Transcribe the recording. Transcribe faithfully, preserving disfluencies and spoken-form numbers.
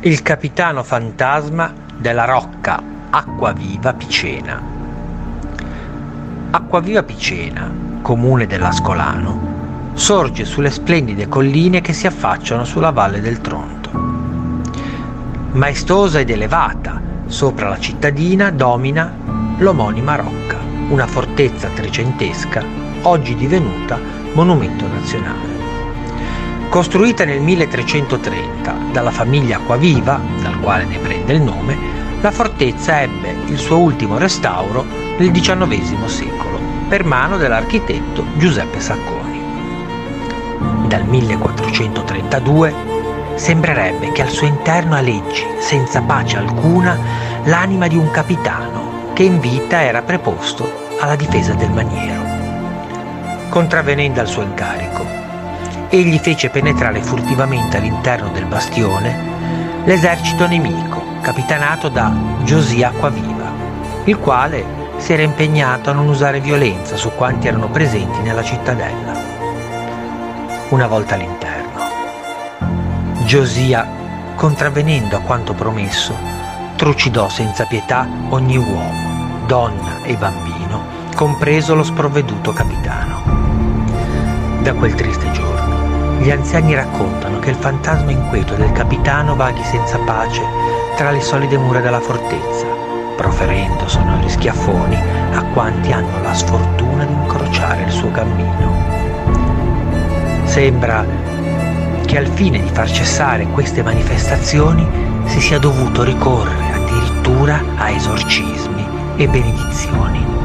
Il capitano fantasma della Rocca Acquaviva Picena. Acquaviva Picena, comune dell'Ascolano, sorge sulle splendide colline che si affacciano sulla valle del Tronto. Maestosa ed elevata, sopra la cittadina domina l'omonima Rocca, una fortezza trecentesca, oggi divenuta monumento nazionale. Costruita nel milletrecentotrenta dalla famiglia Acquaviva, dal quale ne prende il nome, la fortezza ebbe il suo ultimo restauro nel diciannovesimo secolo, per mano dell'architetto Giuseppe Sacconi. Dal millequattrocentotrentadue sembrerebbe che al suo interno aleggi, senza pace alcuna, l'anima di un capitano che in vita era preposto alla difesa del maniero. Contravvenendo al suo incarico, egli fece penetrare furtivamente all'interno del bastione l'esercito nemico, capitanato da Giosì Acquaviva, il quale si era impegnato a non usare violenza su quanti erano presenti nella cittadella. Una volta all'interno, Giosia, contravvenendo a quanto promesso, trucidò senza pietà ogni uomo, donna e bambino, compreso lo sprovveduto capitano. Da quel triste giorno, gli anziani raccontano che il fantasma inquieto del capitano vaghi senza pace tra le solide mura della fortezza, proferendo sonori schiaffoni a quanti hanno la sfortuna di incrociare il suo cammino. Sembra che al fine di far cessare queste manifestazioni si sia dovuto ricorrere addirittura a esorcismi e benedizioni.